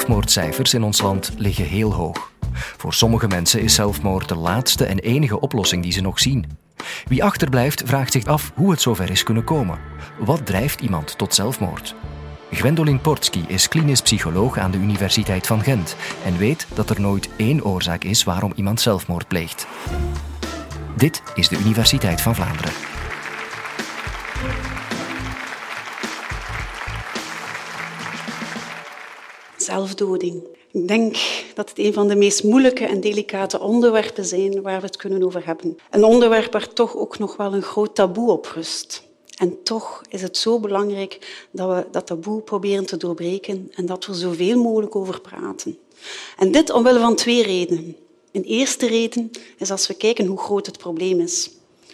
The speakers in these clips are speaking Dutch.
zelfmoordcijfers in ons land liggen heel hoog. Voor sommige mensen is zelfmoord de laatste en enige oplossing die ze nog zien. Wie achterblijft vraagt zich af hoe het zover is kunnen komen. Wat drijft iemand tot zelfmoord? Gwendoline Portsky is klinisch psycholoog aan de Universiteit van Gent en weet dat er nooit één oorzaak is waarom iemand zelfmoord pleegt. Dit is de Universiteit van Vlaanderen. Zelfdoding. Ik denk dat het een van de meest moeilijke en delicate onderwerpen zijn waar we het kunnen over hebben. Een onderwerp waar toch ook nog wel een groot taboe op rust. En toch is het zo belangrijk dat we dat taboe proberen te doorbreken en dat we er zoveel mogelijk over praten. En dit omwille van 2 redenen. Een eerste reden is als we kijken hoe groot het probleem is.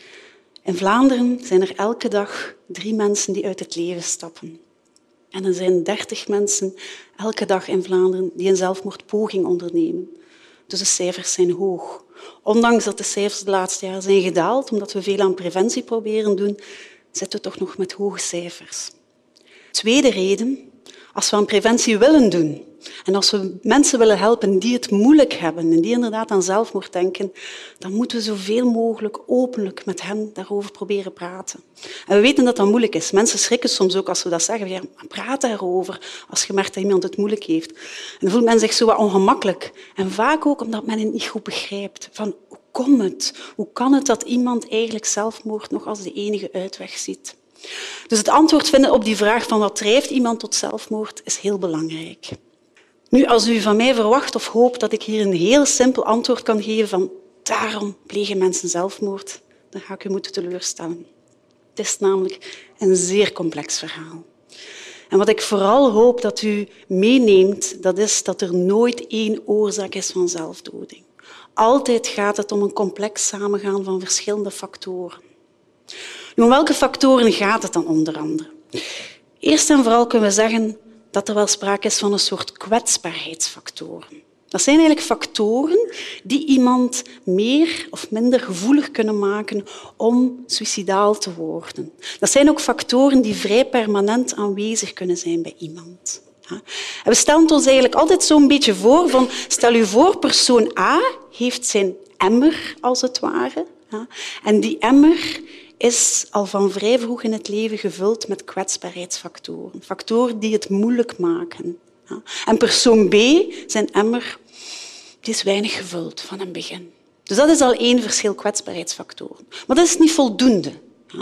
In Vlaanderen zijn er elke dag 3 mensen die uit het leven stappen. En er zijn 30 mensen elke dag in Vlaanderen die een zelfmoordpoging ondernemen. Dus de cijfers zijn hoog. Ondanks dat de cijfers de laatste jaren zijn gedaald, omdat we veel aan preventie proberen doen, zitten we toch nog met hoge cijfers. Tweede reden, als we aan preventie willen doen en als we mensen willen helpen die het moeilijk hebben en die inderdaad aan zelfmoord denken, dan moeten we zoveel mogelijk openlijk met hen daarover proberen praten. En we weten dat dat moeilijk is. Mensen schrikken soms ook als we dat zeggen. Ja, praat daarover als je merkt dat iemand het moeilijk heeft. En dan voelt men zich zo wat ongemakkelijk. En vaak ook omdat men het niet goed begrijpt. Van, hoe komt het? Hoe kan het dat iemand eigenlijk zelfmoord nog als de enige uitweg ziet? Dus het antwoord vinden op die vraag van wat drijft iemand tot zelfmoord is heel belangrijk. Nu, als u van mij verwacht of hoopt dat ik hier een heel simpel antwoord kan geven van daarom plegen mensen zelfmoord, dan ga ik u moeten teleurstellen. Het is namelijk een zeer complex verhaal. En wat ik vooral hoop dat u meeneemt, dat is dat er nooit één oorzaak is van zelfdoding. Altijd gaat het om een complex samengaan van verschillende factoren. Nu, om welke factoren gaat het dan onder andere? Eerst en vooral kunnen we zeggen dat er wel sprake is van een soort kwetsbaarheidsfactoren. Dat zijn eigenlijk factoren die iemand meer of minder gevoelig kunnen maken om suïcidaal te worden. Dat zijn ook factoren die vrij permanent aanwezig kunnen zijn bij iemand. En we stellen ons eigenlijk altijd zo'n beetje voor van, stel u voor, persoon A heeft zijn emmer, als het ware. En die emmer is al van vrij vroeg in het leven gevuld met kwetsbaarheidsfactoren. Factoren die het moeilijk maken. En persoon B, zijn emmer, die is weinig gevuld van een begin. Dus dat is al 1 verschil kwetsbaarheidsfactoren. Maar dat is niet voldoende.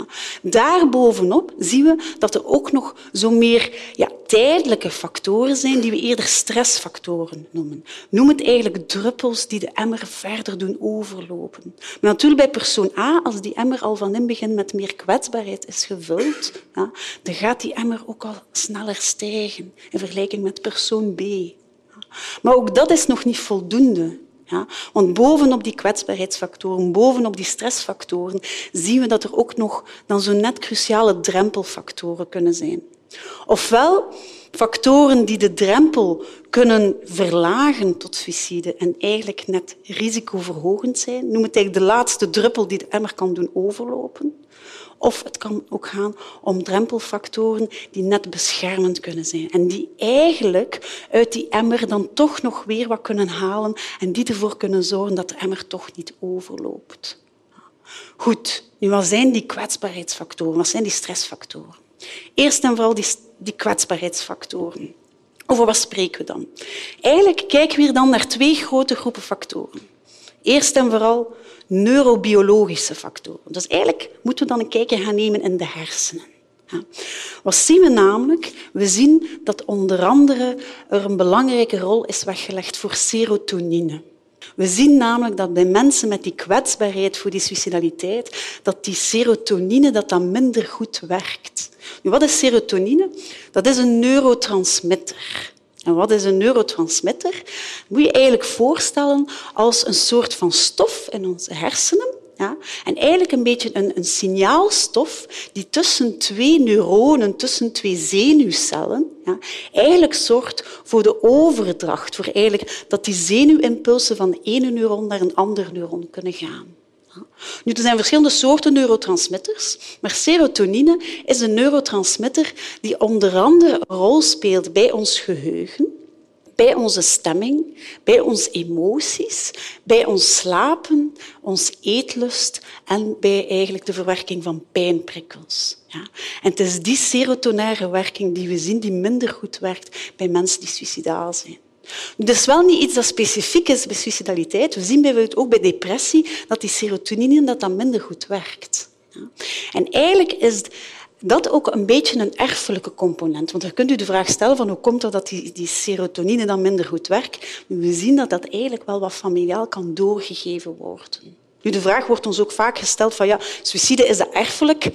Daarbovenop zien we dat er ook nog zo meer tijdelijke factoren zijn die we eerder stressfactoren noemen. Noem het eigenlijk druppels die de emmer verder doen overlopen. Maar natuurlijk bij persoon A, als die emmer al van in het begin met meer kwetsbaarheid is gevuld, dan gaat die emmer ook al sneller stijgen in vergelijking met persoon B. Maar ook dat is nog niet voldoende. Ja, want bovenop die kwetsbaarheidsfactoren, bovenop die stressfactoren, zien we dat er ook nog dan zo net cruciale drempelfactoren kunnen zijn. Ofwel factoren die de drempel kunnen verlagen tot suïcide en eigenlijk net risicoverhogend zijn. Noem het eigenlijk de laatste druppel die de emmer kan doen overlopen. Of het kan ook gaan om drempelfactoren die net beschermend kunnen zijn en die eigenlijk uit die emmer dan toch nog weer wat kunnen halen en die ervoor kunnen zorgen dat de emmer toch niet overloopt. Goed, nu wat zijn die kwetsbaarheidsfactoren? Wat zijn die stressfactoren? Eerst en vooral die kwetsbaarheidsfactoren. Over wat spreken we dan? Eigenlijk kijken we hier dan naar 2 grote groepen factoren. Eerst en vooral neurobiologische factoren. Dus eigenlijk moeten we dan een kijkje gaan nemen in de hersenen. Wat zien we namelijk? We zien dat onder andere er een belangrijke rol is weggelegd voor serotonine. We zien namelijk dat bij mensen met die kwetsbaarheid voor die suicidaliteit, dat die serotonine dat minder goed werkt. Nu, wat is serotonine? Dat is een neurotransmitter. En wat is een neurotransmitter? Dat moet je eigenlijk voorstellen als een soort van stof in onze hersenen. Ja? En eigenlijk een beetje een signaalstof die tussen 2 neuronen, tussen 2 zenuwcellen, eigenlijk zorgt voor de overdracht, voor eigenlijk dat die zenuwimpulsen van de ene neuron naar een ander neuron kunnen gaan. Nu, er zijn verschillende soorten neurotransmitters, maar serotonine is een neurotransmitter die onder andere een rol speelt bij ons geheugen, bij onze stemming, bij onze emoties, bij ons slapen, ons eetlust en bij eigenlijk de verwerking van pijnprikkels. Ja. En het is die serotonaire werking die we zien die minder goed werkt bij mensen die suïcidaal zijn. Het is wel niet iets dat specifiek is bij suïcidaliteit. We zien bijvoorbeeld ook bij depressie dat die serotonine dat minder goed werkt. Ja. En eigenlijk is dat ook een beetje een erfelijke component. Want dan kunt u de vraag stellen van hoe komt het dat die serotonine dan minder goed werkt. We zien dat dat eigenlijk wel wat familiaal kan doorgegeven worden. Nu, de vraag wordt ons ook vaak gesteld van ja, suïcide, is dat erfelijk?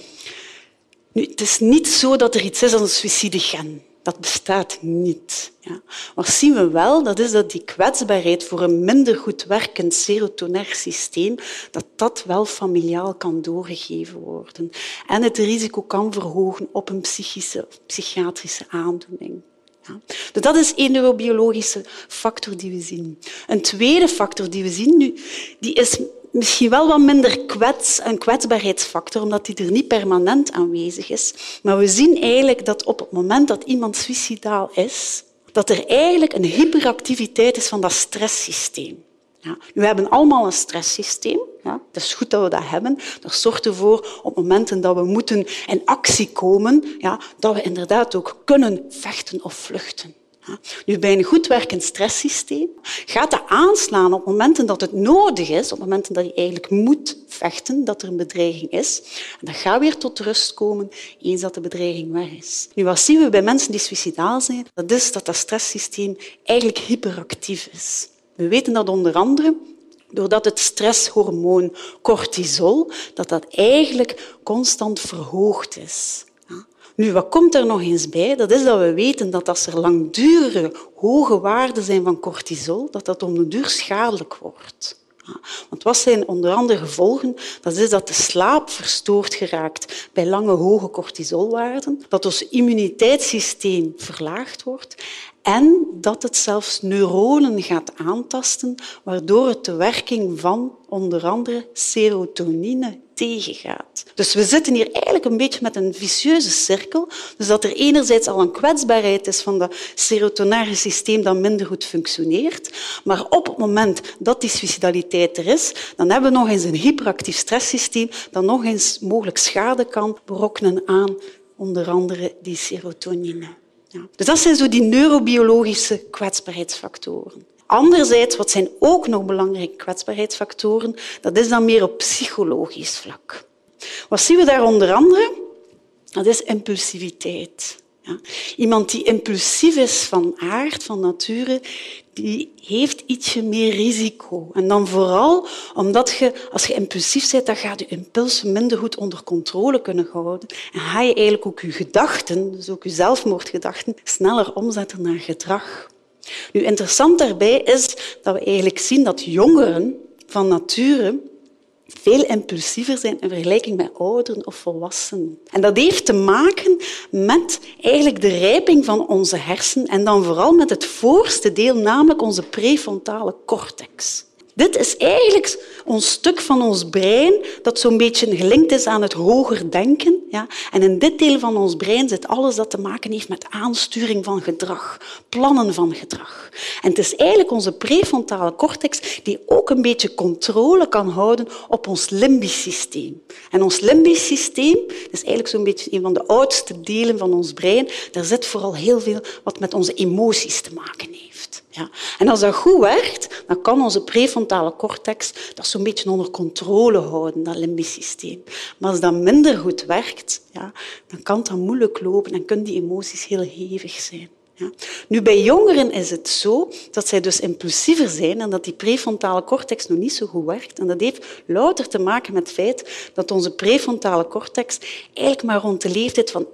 Nu, het is niet zo dat er iets is als een suïcidegen. Dat bestaat niet. Ja. Maar zien we wel, dat is dat die kwetsbaarheid voor een minder goed werkend serotonair systeem, dat wel familiaal kan doorgegeven worden. En het risico kan verhogen op een psychische of psychiatrische aandoening. Ja. Dus dat is één neurobiologische factor die we zien. Een tweede factor die we zien nu, die is misschien wel wat minder een kwetsbaarheidsfactor, omdat die er niet permanent aanwezig is. Maar we zien eigenlijk dat op het moment dat iemand suïcidaal is, dat er eigenlijk een hyperactiviteit is van dat stresssysteem. Ja. We hebben allemaal een stresssysteem. Ja. Het is goed dat we dat hebben. Dat zorgt ervoor op momenten dat we moeten in actie komen, ja, dat we inderdaad ook kunnen vechten of vluchten. Nu, bij een goed werkend stresssysteem gaat dat aanslaan op momenten dat het nodig is, op momenten dat je eigenlijk moet vechten, dat er een bedreiging is. En dat gaat weer tot rust komen eens dat de bedreiging weg is. Nu, wat zien we bij mensen die suïcidaal zijn? Dat is dat dat stresssysteem eigenlijk hyperactief is. We weten dat onder andere doordat het stresshormoon cortisol dat eigenlijk constant verhoogd is. Nu, wat komt er nog eens bij? Dat is dat we weten dat als er langdurige hoge waarden zijn van cortisol, dat om de duur schadelijk wordt. Want wat zijn onder andere gevolgen? Dat is dat de slaap verstoord geraakt bij lange hoge cortisolwaarden, dat ons immuniteitssysteem verlaagd wordt en dat het zelfs neuronen gaat aantasten, waardoor het de werking van onder andere serotonine tegengaat. Dus we zitten hier eigenlijk een beetje met een vicieuze cirkel. Dus dat er enerzijds al een kwetsbaarheid is van dat serotonaire systeem dat minder goed functioneert, maar op het moment dat die suïcidaliteit er is, dan hebben we nog eens een hyperactief stresssysteem dat nog eens mogelijk schade kan berokkenen aan onder andere die serotonine. Ja. Dus dat zijn zo die neurobiologische kwetsbaarheidsfactoren. Anderzijds, wat zijn ook nog belangrijke kwetsbaarheidsfactoren, dat is dan meer op psychologisch vlak. Wat zien we daar onder andere? Dat is impulsiviteit. Ja. Iemand die impulsief is van aard, van nature, die heeft ietsje meer risico. En dan vooral omdat als je impulsief bent, dan gaat je impulsen minder goed onder controle kunnen houden. En ga je eigenlijk ook je gedachten, dus ook je zelfmoordgedachten, sneller omzetten naar gedrag. Nu, interessant daarbij is dat we eigenlijk zien dat jongeren van nature veel impulsiever zijn in vergelijking met ouderen of volwassenen. En dat heeft te maken met eigenlijk de rijping van onze hersenen en dan vooral met het voorste deel, namelijk onze prefrontale cortex. Dit is eigenlijk ons stuk van ons brein dat zo'n beetje gelinkt is aan het hoger denken. Ja? En in dit deel van ons brein zit alles dat te maken heeft met aansturing van gedrag, plannen van gedrag. En het is eigenlijk onze prefrontale cortex die ook een beetje controle kan houden op ons limbisch systeem. En ons limbisch systeem is eigenlijk zo'n beetje een van de oudste delen van ons brein. Daar zit vooral heel veel wat met onze emoties te maken heeft. Ja. En als dat goed werkt, dan kan onze prefrontale cortex dat zo'n beetje onder controle houden, dat limbisch systeem. Maar als dat minder goed werkt, ja, dan kan dat moeilijk lopen en kunnen die emoties heel hevig zijn. Ja. Nu, bij jongeren is het zo dat zij dus impulsiever zijn en dat die prefrontale cortex nog niet zo goed werkt. En dat heeft louter te maken met het feit dat onze prefrontale cortex eigenlijk maar rond de leeftijd van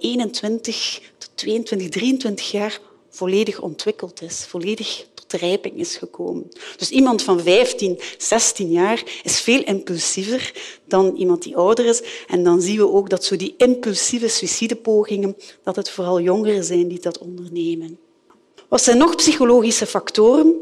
21 tot 22, 23 jaar volledig ontwikkeld is, volledig tot rijping is gekomen. Dus iemand van 15, 16 jaar is veel impulsiever dan iemand die ouder is. En dan zien we ook dat zo die impulsieve suïcidepogingen, dat het vooral jongeren zijn die dat ondernemen. Wat zijn nog psychologische factoren?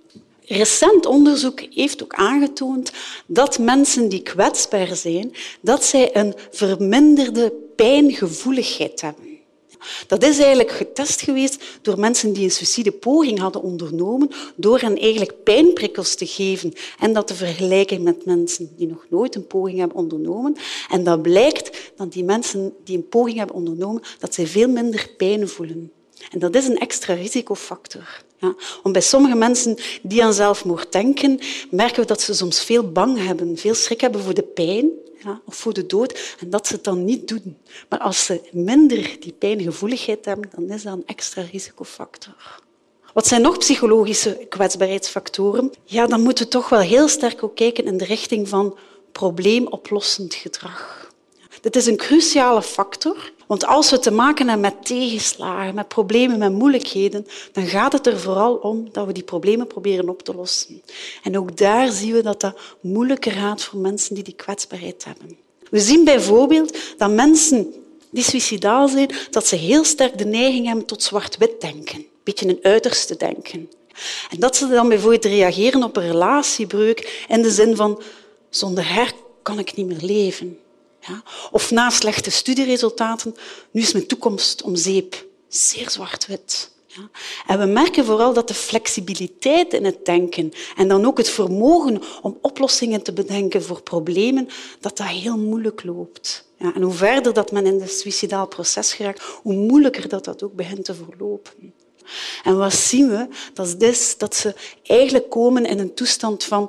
Recent onderzoek heeft ook aangetoond dat mensen die kwetsbaar zijn, dat zij een verminderde pijngevoeligheid hebben. Dat is eigenlijk getest geweest door mensen die een suïcidepoging hadden ondernomen, door hen eigenlijk pijnprikkels te geven en dat te vergelijken met mensen die nog nooit een poging hebben ondernomen. En dat blijkt dat die mensen die een poging hebben ondernomen, dat zij veel minder pijn voelen. En dat is een extra risicofactor. Ja, want bij sommige mensen die aan zelfmoord denken, merken we dat ze soms veel bang hebben, veel schrik hebben voor de pijn, ja, of voor de dood, en dat ze het dan niet doen. Maar als ze minder die pijngevoeligheid hebben, dan is dat een extra risicofactor. Wat zijn nog psychologische kwetsbaarheidsfactoren? Ja, dan moeten we toch wel heel sterk ook kijken in de richting van probleemoplossend gedrag. Dit is een cruciale factor, want als we te maken hebben met tegenslagen, met problemen, met moeilijkheden, dan gaat het er vooral om dat we die problemen proberen op te lossen. En ook daar zien we dat dat moeilijker gaat voor mensen die kwetsbaarheid hebben. We zien bijvoorbeeld dat mensen die suïcidaal zijn, dat ze heel sterk de neiging hebben tot zwart-wit denken. Een beetje een uiterste denken. En dat ze dan bijvoorbeeld reageren op een relatiebreuk in de zin van zonder haar kan ik niet meer leven. Ja? Of na slechte studieresultaten, nu is mijn toekomst om zeep. Zeer zwart-wit. Ja? En we merken vooral dat de flexibiliteit in het denken en dan ook het vermogen om oplossingen te bedenken voor problemen, dat heel moeilijk loopt. Ja? En hoe verder dat men in het suïcidaal proces geraakt, hoe moeilijker dat ook begint te verlopen. En wat zien we? Dat ze eigenlijk komen in een toestand van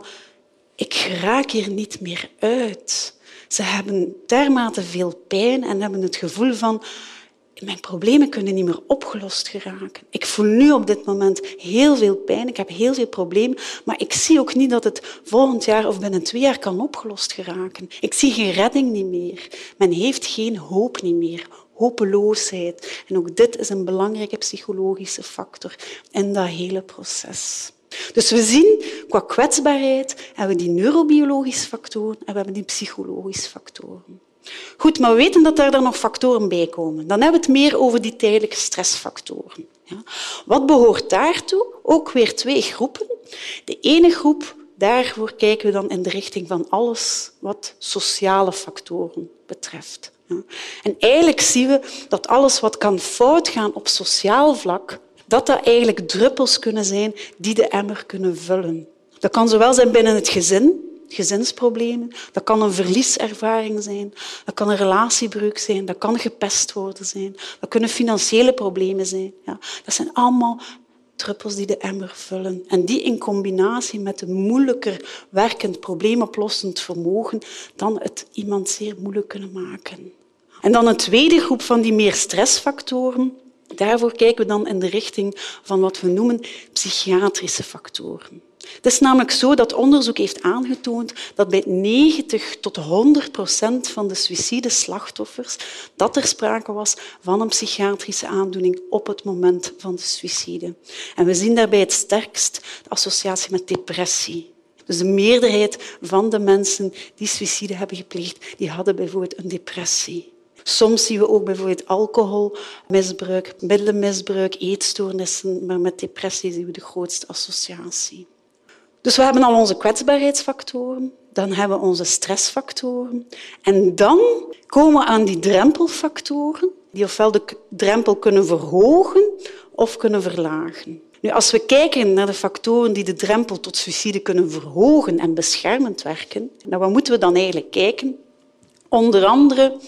ik raak hier niet meer uit. Ze hebben dermate veel pijn en hebben het gevoel van mijn problemen kunnen niet meer opgelost geraken. Ik voel nu op dit moment heel veel pijn, ik heb heel veel problemen, maar ik zie ook niet dat het volgend jaar of binnen 2 jaar kan opgelost geraken. Ik zie geen redding niet meer. Men heeft geen hoop niet meer. Hopeloosheid. En ook dit is een belangrijke psychologische factor in dat hele proces. Dus we zien, qua kwetsbaarheid hebben we die neurobiologische factoren en we hebben die psychologische factoren. Goed, maar we weten dat daar dan nog factoren bij komen. Dan hebben we het meer over die tijdelijke stressfactoren. Ja. Wat behoort daartoe? Ook weer 2 groepen. De ene groep, daarvoor kijken we dan in de richting van alles wat sociale factoren betreft. Ja. En eigenlijk zien we dat alles wat kan fout gaan op sociaal vlak, dat eigenlijk druppels kunnen zijn die de emmer kunnen vullen. Dat kan zowel zijn binnen het gezin, gezinsproblemen, dat kan een verlieservaring zijn, dat kan een relatiebreuk zijn, dat kan gepest worden zijn, dat kunnen financiële problemen zijn. Ja, dat zijn allemaal druppels die de emmer vullen. En die in combinatie met een moeilijker werkend probleemoplossend vermogen dan het iemand zeer moeilijk kunnen maken. En dan een tweede groep van die meer stressfactoren. Daarvoor kijken we dan in de richting van wat we noemen psychiatrische factoren. Het is namelijk zo dat onderzoek heeft aangetoond dat bij 90 tot 100% van de suïcideslachtoffers dat er sprake was van een psychiatrische aandoening op het moment van de suïcide. En we zien daarbij het sterkst de associatie met depressie. Dus de meerderheid van de mensen die suïcide hebben gepleegd, die hadden bijvoorbeeld een depressie. Soms zien we ook bijvoorbeeld alcoholmisbruik, middelenmisbruik, eetstoornissen, maar met depressie zien we de grootste associatie. Dus we hebben al onze kwetsbaarheidsfactoren, dan hebben we onze stressfactoren en dan komen we aan die drempelfactoren, die ofwel de drempel kunnen verhogen of kunnen verlagen. Nu, als we kijken naar de factoren die de drempel tot suïcide kunnen verhogen en beschermend werken, naar wat moeten we dan eigenlijk kijken? Onder andere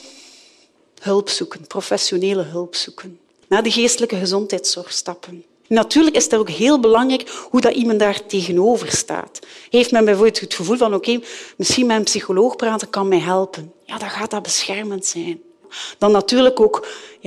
hulp zoeken, professionele hulp zoeken, naar de geestelijke gezondheidszorg stappen. Natuurlijk is het ook heel belangrijk hoe dat iemand daar tegenover staat. Heeft men bijvoorbeeld het gevoel van oké, misschien met een psycholoog praten kan mij helpen. Ja, dan gaat dat beschermend zijn. Dan natuurlijk ook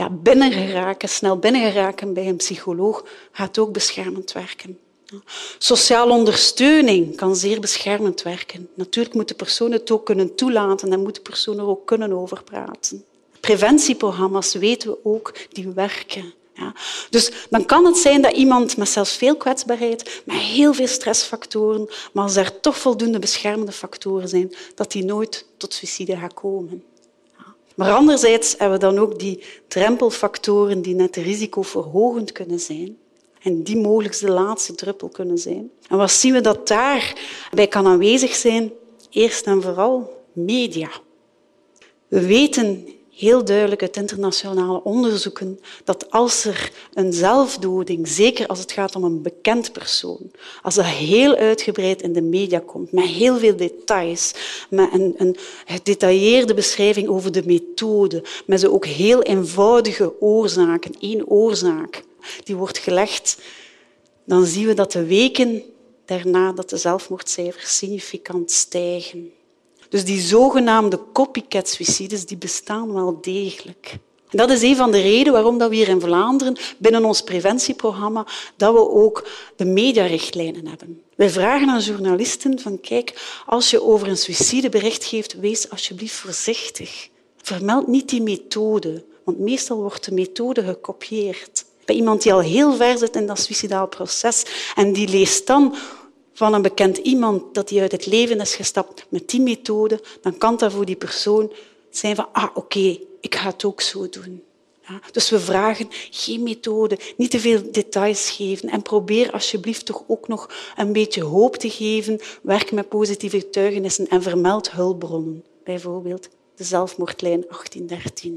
snel binnengeraken bij een psycholoog gaat ook beschermend werken. Sociale ondersteuning kan zeer beschermend werken. Natuurlijk moet de persoon het ook kunnen toelaten en moet de persoon er ook kunnen over praten. Preventieprogramma's weten we ook, die werken. Ja. Dus dan kan het zijn dat iemand met zelfs veel kwetsbaarheid, met heel veel stressfactoren, maar als er toch voldoende beschermende factoren zijn, dat die nooit tot suïcide gaat komen. Ja. Maar anderzijds hebben we dan ook die drempelfactoren die net risicoverhogend kunnen zijn en die mogelijk de laatste druppel kunnen zijn. En wat zien we dat daarbij kan aanwezig zijn? Eerst en vooral media. We weten heel duidelijk uit internationale onderzoeken dat als er een zelfdoding, zeker als het gaat om een bekend persoon, als dat heel uitgebreid in de media komt, met heel veel details, met een gedetailleerde beschrijving over de methode, met zo ook heel eenvoudige oorzaken, 1 oorzaak, die wordt gelegd, dan zien we dat de weken daarna dat de zelfmoordcijfers significant stijgen. Dus die zogenaamde copycat-suicides die bestaan wel degelijk. En dat is een van de redenen waarom we hier in Vlaanderen binnen ons preventieprogramma dat we ook de mediarichtlijnen hebben. Wij vragen aan journalisten van kijk, als je over een suïcide bericht geeft, wees alsjeblieft voorzichtig. Vermeld niet die methode, want meestal wordt de methode gekopieerd. Bij iemand die al heel ver zit in dat suïcidaal proces en die leest dan van een bekend iemand dat die uit het leven is gestapt met die methode, dan kan dat voor die persoon zijn van oké, ik ga het ook zo doen. Ja, dus we vragen geen methode, niet te veel details geven en probeer alsjeblieft toch ook nog een beetje hoop te geven. Werk met positieve getuigenissen en vermeld hulpbronnen. Bijvoorbeeld de zelfmoordlijn 1813.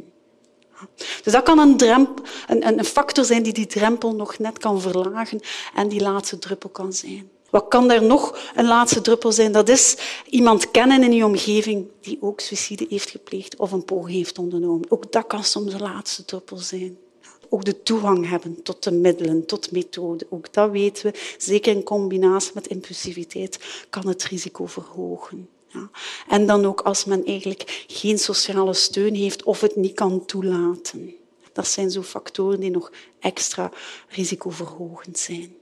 Dus dat kan een factor zijn die die drempel nog net kan verlagen en die laatste druppel kan zijn. Wat kan daar nog een laatste druppel zijn? Dat is iemand kennen in je omgeving die ook suïcide heeft gepleegd of een poging heeft ondernomen. Ook dat kan soms de laatste druppel zijn. Ook de toegang hebben tot de middelen, tot methoden. Ook dat weten we, zeker in combinatie met impulsiviteit, kan het risico verhogen. Ja. En dan ook als men eigenlijk geen sociale steun heeft of het niet kan toelaten. Dat zijn zo factoren die nog extra risicoverhogend zijn.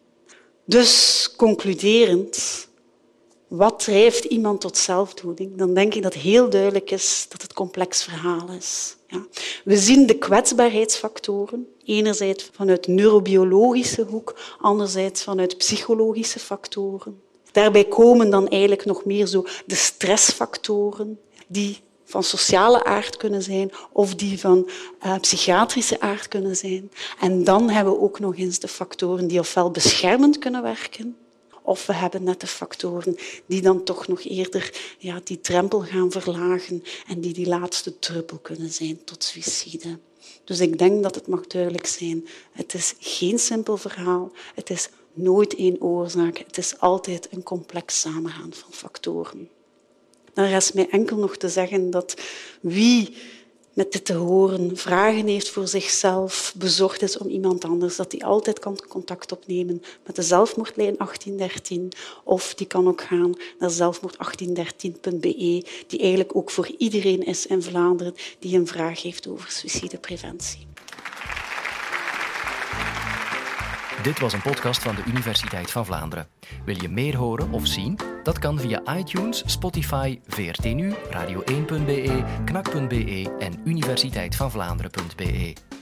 Dus concluderend, wat drijft iemand tot zelfdoding? Dan denk ik dat heel duidelijk is dat het een complex verhaal is. Ja. We zien de kwetsbaarheidsfactoren, enerzijds vanuit neurobiologische hoek, anderzijds vanuit psychologische factoren. Daarbij komen dan eigenlijk nog meer zo de stressfactoren die van sociale aard kunnen zijn of die van psychiatrische aard kunnen zijn. En dan hebben we ook nog eens de factoren die ofwel beschermend kunnen werken, of we hebben net de factoren die dan toch nog eerder die drempel gaan verlagen en die laatste druppel kunnen zijn tot suïcide. Dus ik denk dat het mag duidelijk zijn. Het is geen simpel verhaal. Het is nooit 1 oorzaak. Het is altijd een complex samengaan van factoren. Dan rest mij enkel nog te zeggen dat wie met dit te horen vragen heeft voor zichzelf, bezorgd is om iemand anders, dat die altijd kan contact opnemen met de zelfmoordlijn 1813 of die kan ook gaan naar zelfmoord1813.be, die eigenlijk ook voor iedereen is in Vlaanderen die een vraag heeft over suïcidepreventie. Dit was een podcast van de Universiteit van Vlaanderen. Wil je meer horen of zien? Dat kan via iTunes, Spotify, VRT Nu, radio1.be, knak.be en universiteitvanvlaanderen.be.